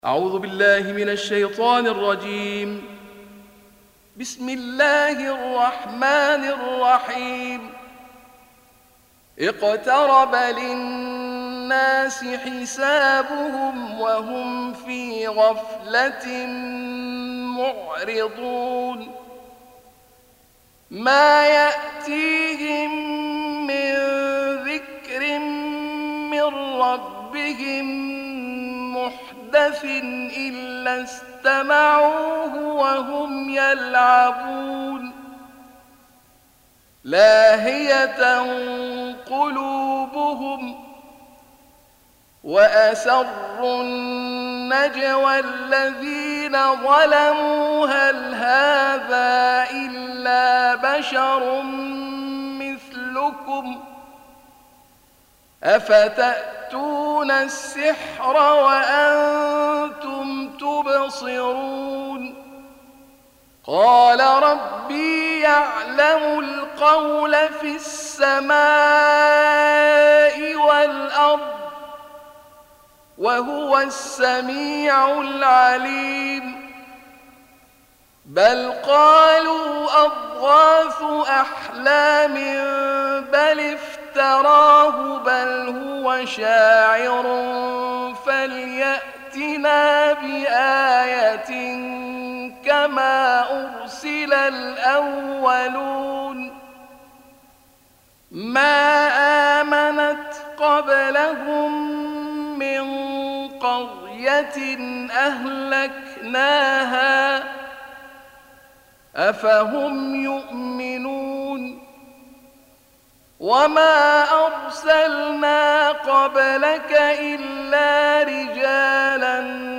أعوذ بالله من الشيطان الرجيم. بسم الله الرحمن الرحيم. اقترب للناس حسابهم وهم في غفلة معرضون. ما يأتيهم من ذكر من ربهم محدث إلا استمعوه وهم يلعبون. لاهية قلوبهم وأسروا النجوى الذين ظلموا هل هذا إلا بشر مثلكم أفتأتون السحر وأنتم تبصرون. قال ربي يعلم القول في السماء والأرض وهو السميع العليم. بل قالوا أضغاث أحلام بل افتراه بل هو شاعر فليأتنا بآية كما أرسل الأولون. ما آمنت قبلهم من قرية أهلكناها أفهم يؤمنون. وما أرسلنا قبلك إلا رجالا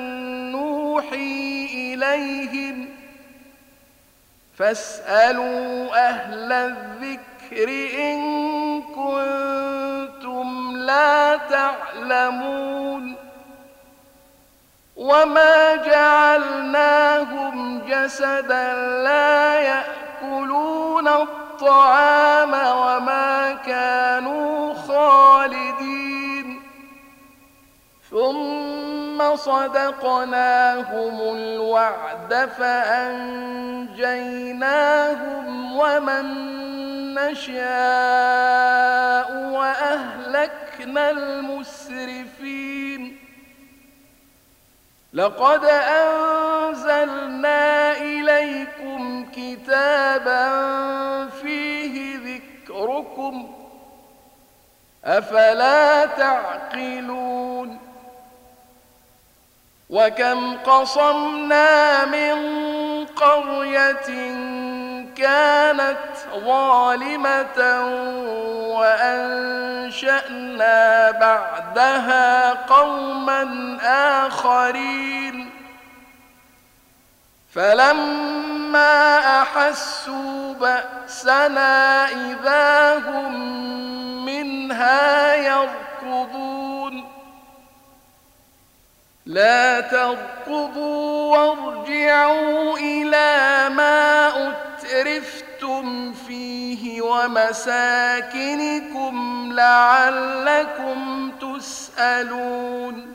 نوحي إليهم فاسألوا أهل الذكر إن كنتم لا تعلمون. وما جعلناهم جسدا لا يأكلون الطعام وما كانوا خالدين ثم صدقناهم الوعد فأنجيناهم ومن نشاء وأهلكنا المسرفين. لقد أنزلنا إليكم كتابا فيه ذكركم أفلا تعقلون. وكم قصمنا من قرية كانت ظالمة وأنشأنا بعدها قوما آخرين فلما أحسوا بأسنا إذا هم منها يركضون. لا تركضوا وارجعوا إلى ما أترفتم فيه ومساكنكم لعلكم تسألون.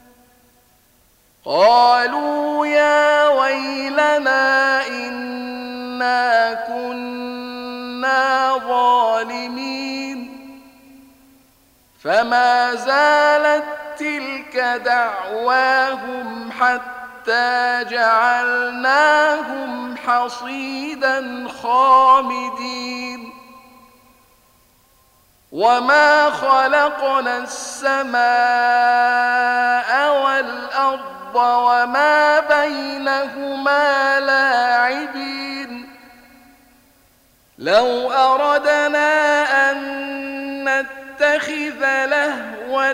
قالوا يا ويلنا إنا كنا ظالمين. فما زالت تلك دعواهم حتى جعلناهم حصيدا خامدين. وما خلقنا السماء والأرض وما بينهما لاعبين. لو أردنا أن نتخذ لهوا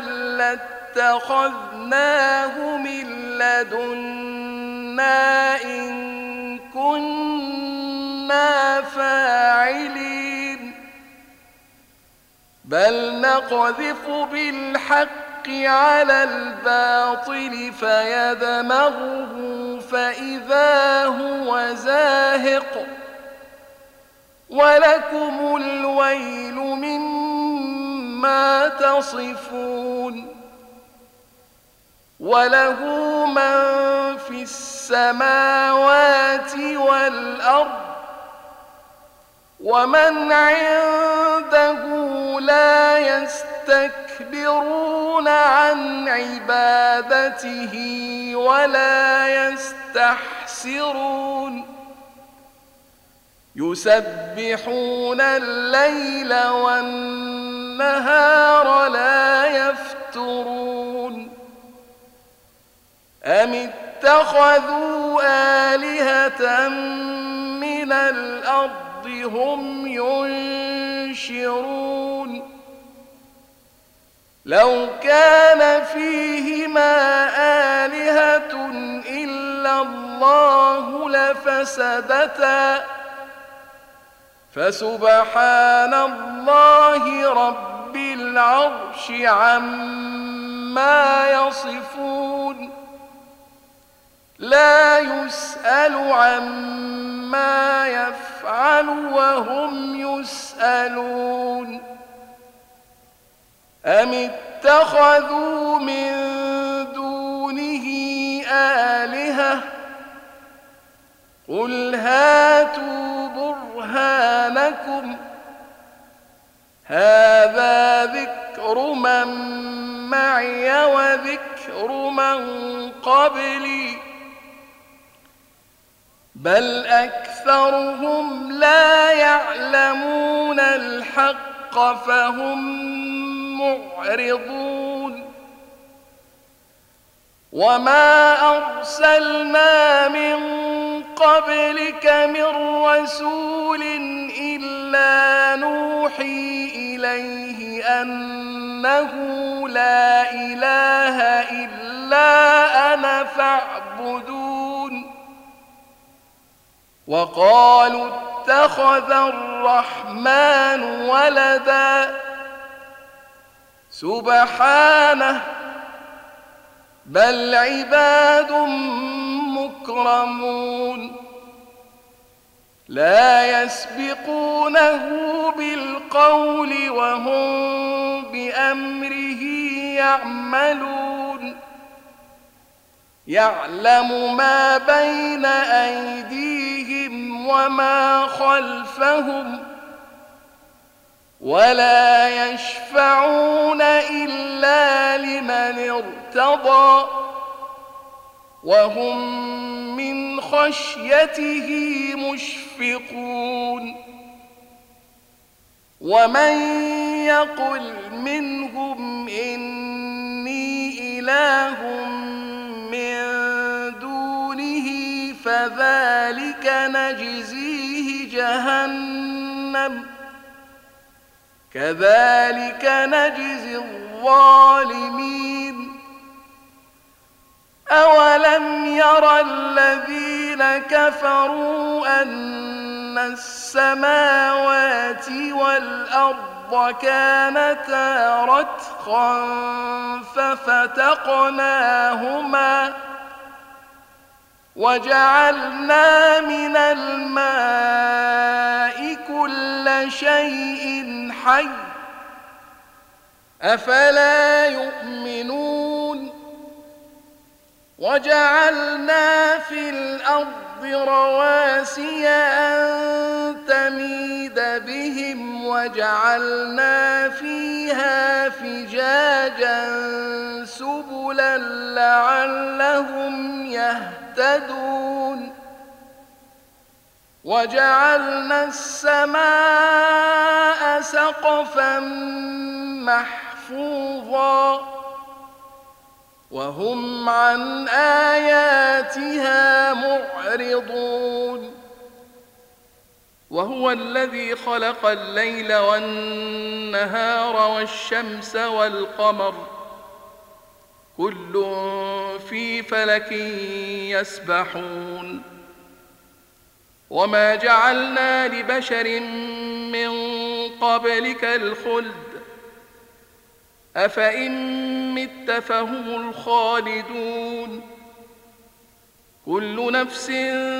لاتخذناه من لدنا إن كنا فاعلين. بل نقذف بالحق على الباطل فيدمغه فإذا هو زاهق ولكم الويل مما تصفون. وله من في السماوات والأرض ومن عنده لا يستكبرون عن عبادته ولا يستحسرون يسبحون الليل والنهار لا يفترون أم اتخذوا آلهة من الأرض هم ينشرون لو كان فيهما آلهة إلا الله لفسدتا فسبحان الله رب العرش عما يصفون لا يسأل عما يفعل وهم يسألون أم اتخذوا من دونه آلهة قل هاتوا برهانكم هذا ذكر من معي وذكر من قبلي بل أكثرهم لا يعلمون الحق فهم معرضون وما أرسلنا من قبلك من رسول إلا نوحي إليه أنه لا إله إلا أنا فاعبدون وقالوا اتخذ الرحمن ولدا سبحانه بل عباد مكرمون لا يسبقونه بالقول وهم بأمره يعملون يعلم ما بين أيديهم وما خلفهم ولا يشفعون إلا لمن ارتضى وهم من خشيته مشفقون ومن يقل منهم إني إله من دونه فذلك نجزيه جهنم كذلك نجزي الظالمين أولم يرى الذين كفروا أن السماوات والأرض كانتا رتقا ففتقناهما وجعلنا من الماء كل شيء حي أفلا يؤمنون وجعلنا في الأرض رواسي أن تميد بهم وجعلنا فيها فجاجا سبلا لعلهم يهتدون وجعلنا السماء سقفا محفوظا وهم عن آياتها معرضون وهو الذي خلق الليل والنهار والشمس والقمر كل في فلك يسبحون وما جعلنا لبشر من قبلك الخلد أفإن مت فهم الخالدون كل نفس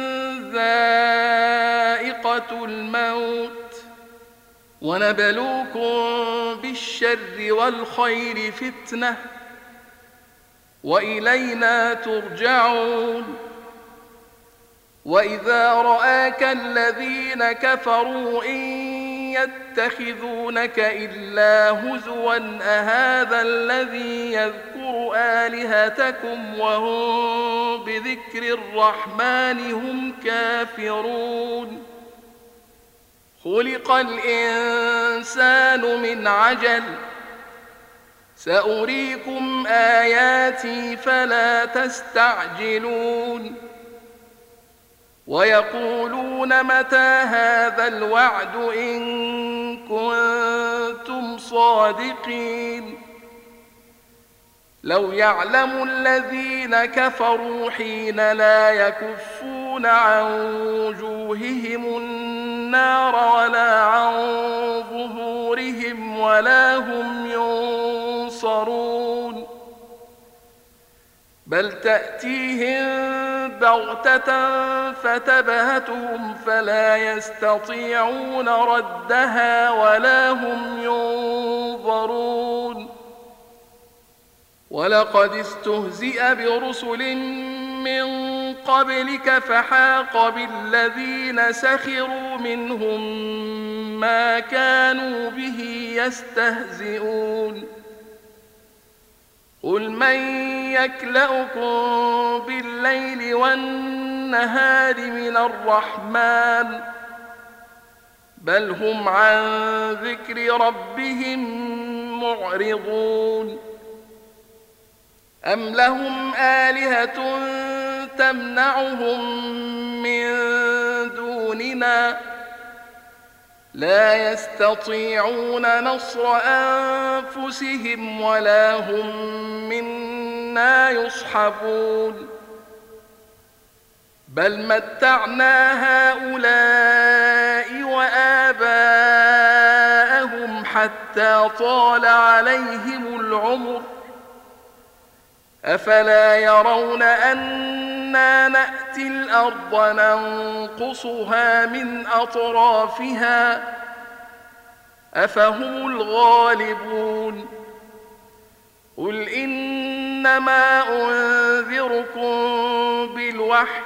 ذائقة الموت ونبلوكم بالشر والخير فتنة وإلينا ترجعون. وإذا رآك الذين كفروا إن يتخذونك إلا هزوا أهذا الذي يذكر آلهتكم وهم بذكر الرحمن هم كافرون. خلق الإنسان من عجل سأريكم آياتي فلا تستعجلون. ويقولون متى هذا الوعد إن كنتم صادقين. لو يعلم الذين كفروا حين لا يكفون عن وجوههم النار ولا عن ظهورهم ولا هم ينصرون. بل تأتيهم بغتة فتبهتهم فلا يستطيعون ردها ولا هم ينظرون. ولقد استهزئ برسل من قبلك فحاق بالذين سخروا منهم ما كانوا به يستهزئون. قل من يكلؤكم بالليل والنهار من الرحمن بل هم عن ذكر ربهم معرضون. أم لهم آلهة تمنعهم من دوننا لا يستطيعون نصر أنفسهم ولا هم منا يصحبون. بل متعنا هؤلاء وآباءهم حتى طال عليهم العمر أفلا يرون أنا نأتي الأرض ننقصها من أطرافها أفهم الغالبون. قل إنما أنذركم بالوحي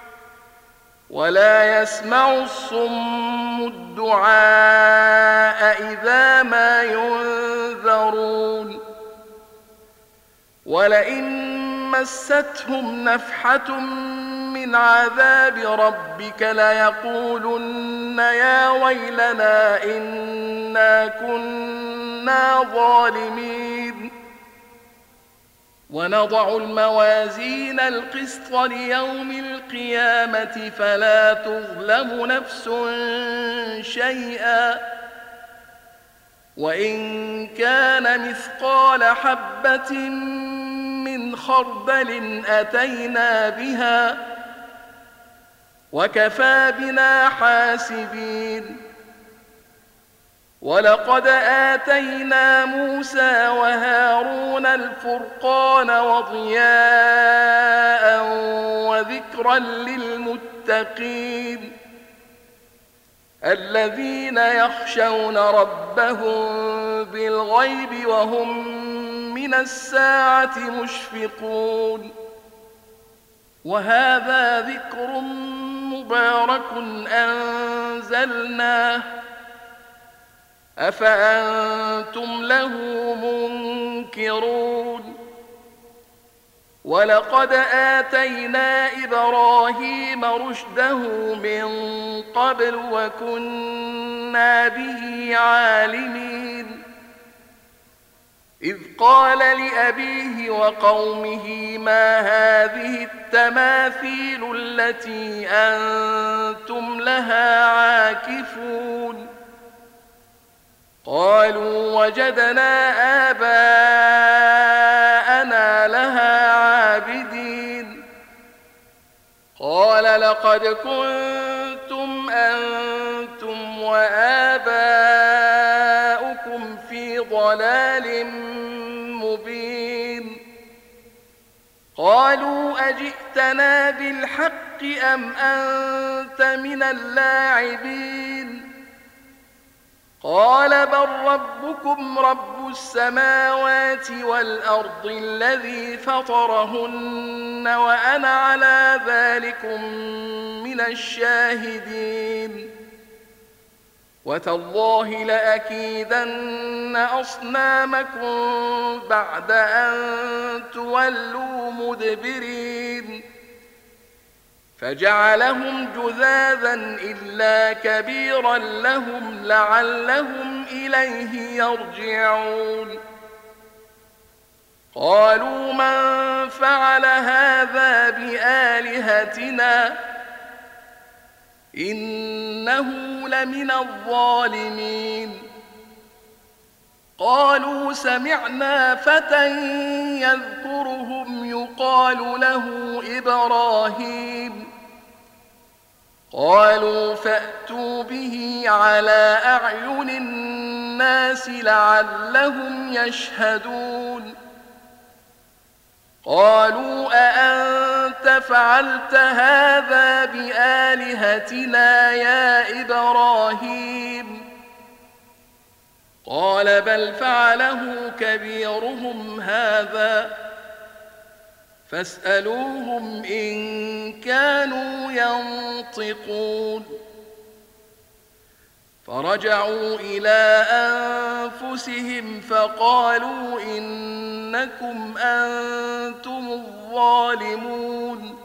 ولا يسمع الصم الدعاء إذا ما ينذرون. ولئن مستهم نفحة من عذاب ربك ليقولن يا ويلنا إنا كنا ظالمين. ونضع الموازين القسط ليوم القيامة فلا تظلم نفس شيئا وإن كان مثقال حبة من خردل أتينا بها وكفى بنا حاسبين. ولقد آتينا موسى وهارون الفرقان وضياء وذكرا للمتقين الذين يخشون ربهم بالغيب وهم من الساعة مشفقون. وهذا ذكر مبارك أنزلناه أفأنتم له منكرون. ولقد آتينا إبراهيم رشده من قبل وكنا به عالمين. إذ قال لأبيه وقومه ما هذه التماثيل التي أنتم لها عاكفون. قالوا وجدنا آباءنا لها عابدين. قال لقد كنتم أنتم وآباؤكم في ضلال مبين. قالوا أجئتنا بالحق أم أنت من اللاعبين. قال بل ربكم رب السماوات والأرض الذي فطرهن وأنا على ذلكم من الشاهدين وتالله لأكيدن أصنامكم بعد أن تولوا مدبرين فجعلهم جذاذا إلا كبيرا لهم لعلهم إليه يرجعون قالوا من فعل هذا بآلهتنا إنه لمن الظالمين قالوا سمعنا فتى يذكرهم يقال له إبراهيم قالوا فأتوا به على أعين الناس لعلهم يشهدون قالوا أأنت فعلت هذا بآلهتنا يا إبراهيم قال بل فعله كبيرهم هذا فاسألوهم إن كانوا ينطقون فرجعوا إلى أنفسهم فقالوا إنكم أنتم الظالمون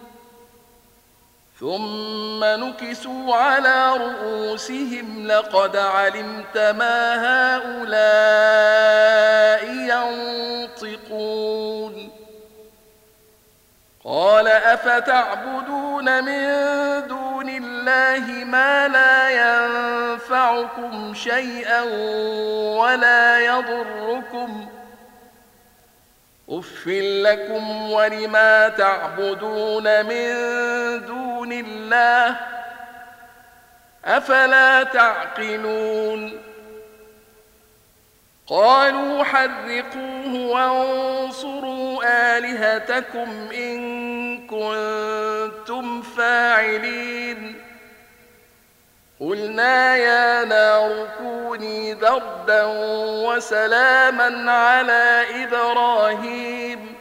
ثم نكسوا على رؤوسهم لقد علمت ما هؤلاء ينطقون قال أفتعبدون من دون الله ما لا ينفعكم شيئا ولا يضركم أف لكم ولما تعبدون من دون الله أفلا تعقلون قالوا حرقوه وانصروا آلهتكم إن كنتم فاعلين قلنا يا نار كوني بردا وسلاما على إبراهيم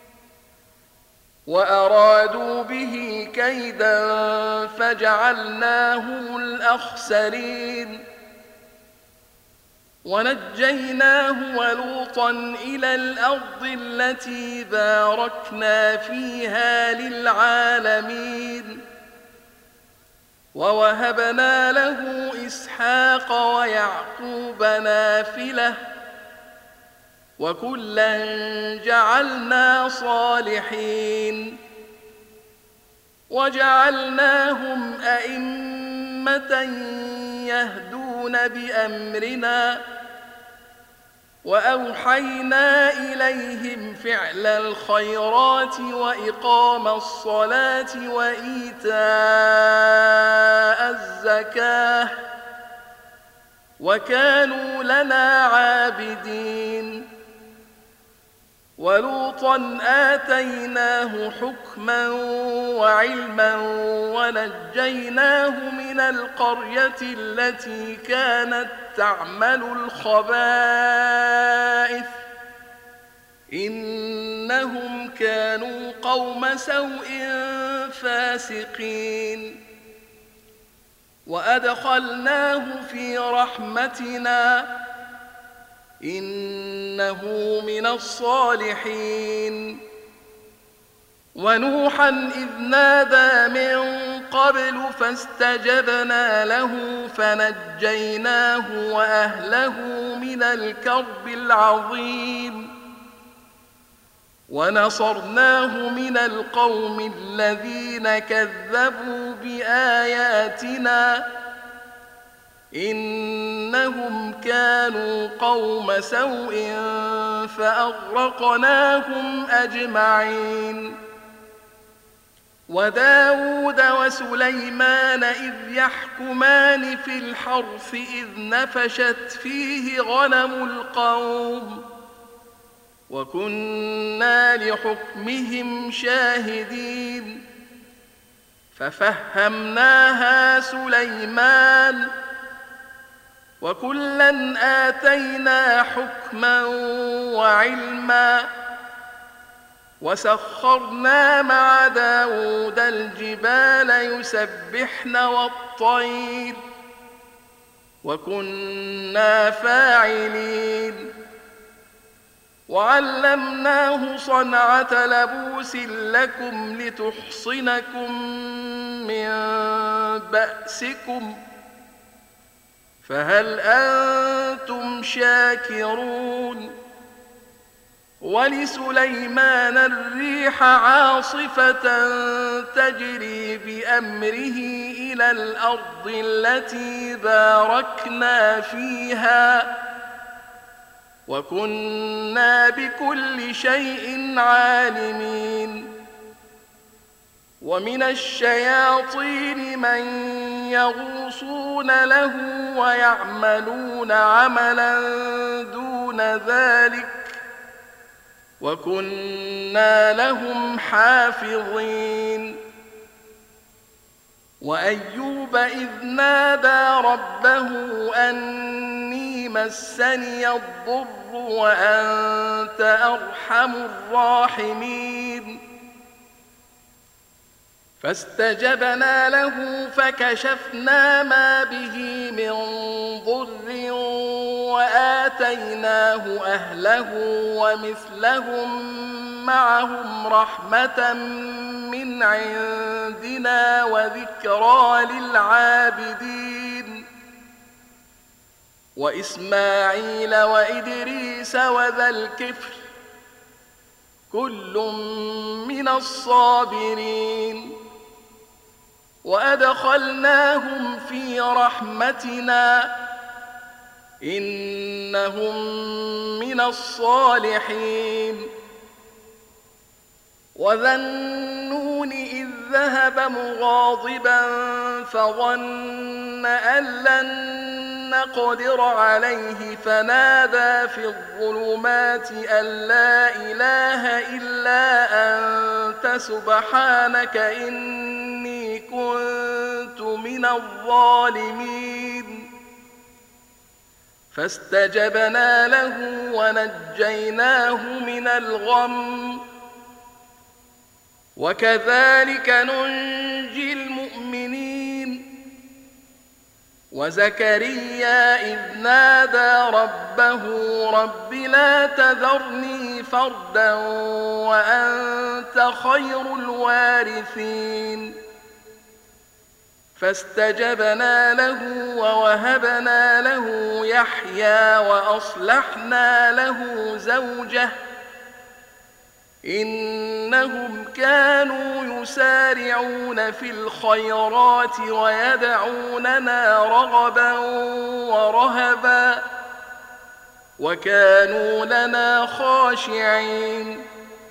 وأرادوا به كيدا فجعلناهم الأخسرين ونجيناه ولوطا إلى الأرض التي باركنا فيها للعالمين ووهبنا له إسحاق ويعقوب نافلة وكلا جعلنا صالحين وجعلناهم أئمة يهدون بأمرنا وأوحينا إليهم فعل الخيرات وإقام الصلاة وإيتاء الزكاة وكانوا لنا عابدين ولوطا آتيناه حكما وعلما ونجيناه من القرية التي كانت تعمل الخبائث إنهم كانوا قوم سوء فاسقين وأدخلناه في رحمتنا إنه من الصالحين ونوحا إذ نادى من قبل فاستجبنا له فنجيناه وأهله من الكرب العظيم ونصرناه من القوم الذين كذبوا بآياتنا إنهم كانوا قوم سوء فأغرقناهم أجمعين وداود وسليمان إذ يحكمان في الحرث إذ نفشت فيه غنم القوم وكنا لحكمهم شاهدين ففهمناها سليمان وكلا آتينا حكما وعلما وسخرنا مع داود الجبال يسبحن والطير وكنا فاعلين وعلمناه صنعة لبوس لكم لتحصنكم من بأسكم فهل أنتم شاكرون ولسليمان الريح عاصفة تجري بأمره إلى الأرض التي باركنا فيها وكنا بكل شيء عالمين ومن الشياطين من يغوصون له ويعملون عملا دون ذلك وكنا لهم حافظين وأيوب إذ نادى ربه أني مسني الضر وأنت أرحم الراحمين فاستجبنا له فكشفنا ما به من ضر وآتيناه أهله ومثلهم معهم رحمة من عندنا وذكرى للعابدين وإسماعيل وإدريس وذا الكفل كل من الصابرين وأدخلناهم في رحمتنا إنهم من الصالحين وذا النون إذ ذهب مغاضبا فظن أن لن نقدر عليه فنادى في الظلمات أن لا إله إلا أنت سبحانك إني كنت من الظالمين فاستجبنا له ونجيناه من الغم وكذلك ننجي المؤمنين وزكريا إذ نادى ربه رب لا تذرني فردا وأنت خير الوارثين فاستجبنا له ووهبنا له يحيى وأصلحنا له زوجه إنهم كانوا يسارعون في الخيرات ويدعوننا رغبا ورهبا وكانوا لنا خاشعين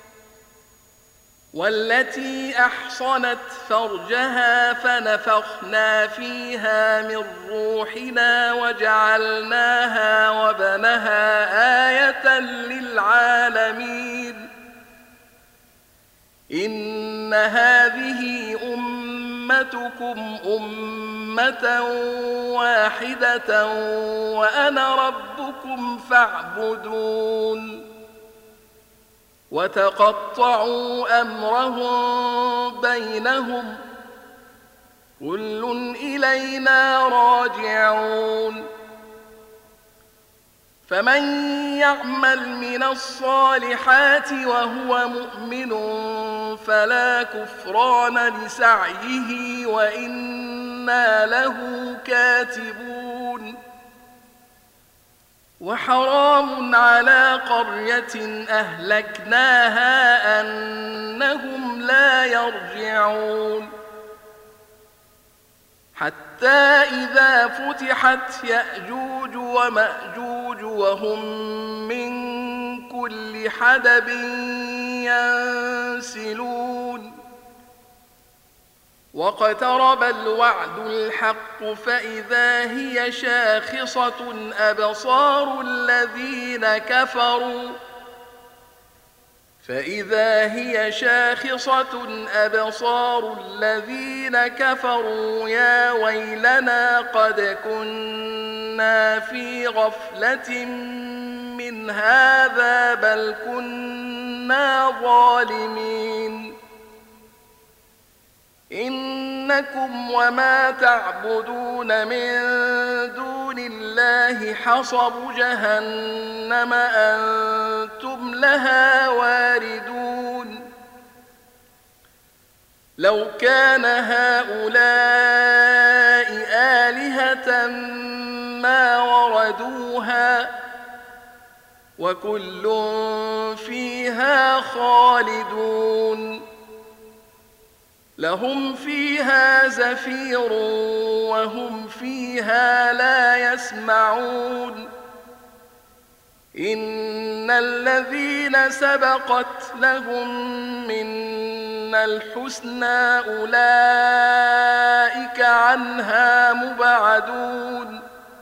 والتي أحصنت فرجها فنفخنا فيها من روحنا وجعلناها وبنها آية للعالمين إن هذه أمتكم أمة واحدة وأنا ربكم فاعبدون وتقطعوا أمرهم بينهم كل إلينا راجعون فمن يعمل من الصالحات وهو مؤمن فلا كفران لسعيه وإنا له كاتبون وحرام على قرية أهلكناها أنهم لا يرجعون حتى إذا فتحت يأجوج ومأجوج وهم من كل حدب ينسلون واقترب الوعد الحق فإذا هي شاخصة أبصار الذين كفروا فإذا هي شاخصة أبصار الذين كفروا يا ويلنا قد كنا في غفلة من هذا بل كنا ظالمين إنكم وما تعبدون من دون الله حصب جهنم أنتم لها واردون لو كان هؤلاء آلهة ما وردوها وكل فيها خالدون لهم فيها زفير وهم فيها لا يسمعون إن الذين سبقت لهم منا الحسنى أولئك عنها مبعدون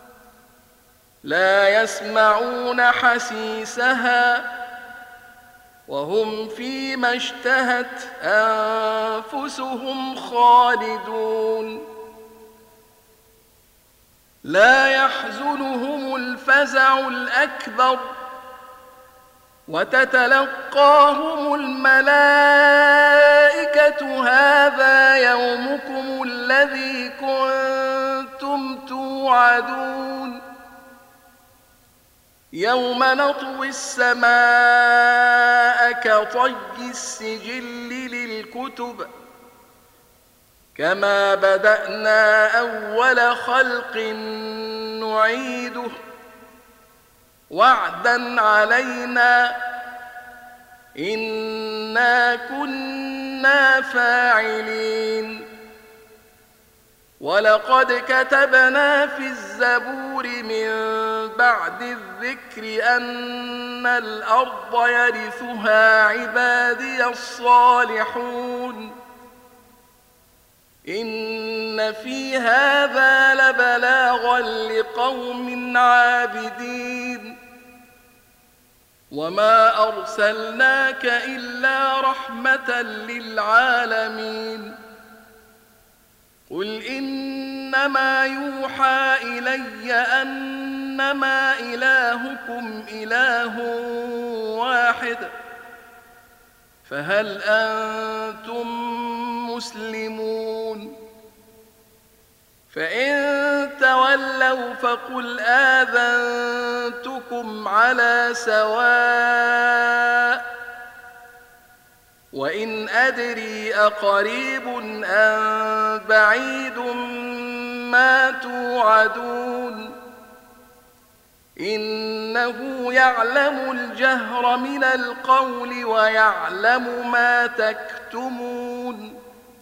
لا يسمعون حسيسها وهم فيما اشتهت أنفسهم خالدون لا يحزنهم الفزع الأكبر وتتلقاهم الملائكة هذا يومكم الذي كنتم توعدون يوم نطوي السماء كطي السجل للكتب كما بدأنا أول خلق نعيده وعدا علينا إنا كنا فاعلين ولقد كتبنا في الزبور من بعد الذكر أن الأرض يرثها عبادي الصالحون إن في هذا لبلاغا لقوم عابدين وما أرسلناك إلا رحمة للعالمين قل إنما يوحى إلي أنما إلهكم إله واحد فهل أنتم مسلمون فإن تولوا فقل آذنتكم على سواء وإن أدري أقريب أم بعيد ما توعدون إنه يعلم الجهر من القول ويعلم ما تكتمون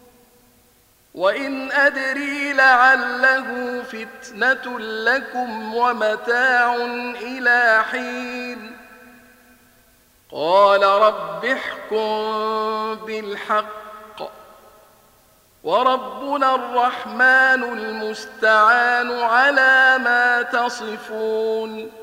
وإن أدري لعله فتنة لكم ومتاع إلى حين قال رب احكم بالحق وربنا الرحمن المستعان على ما تصفون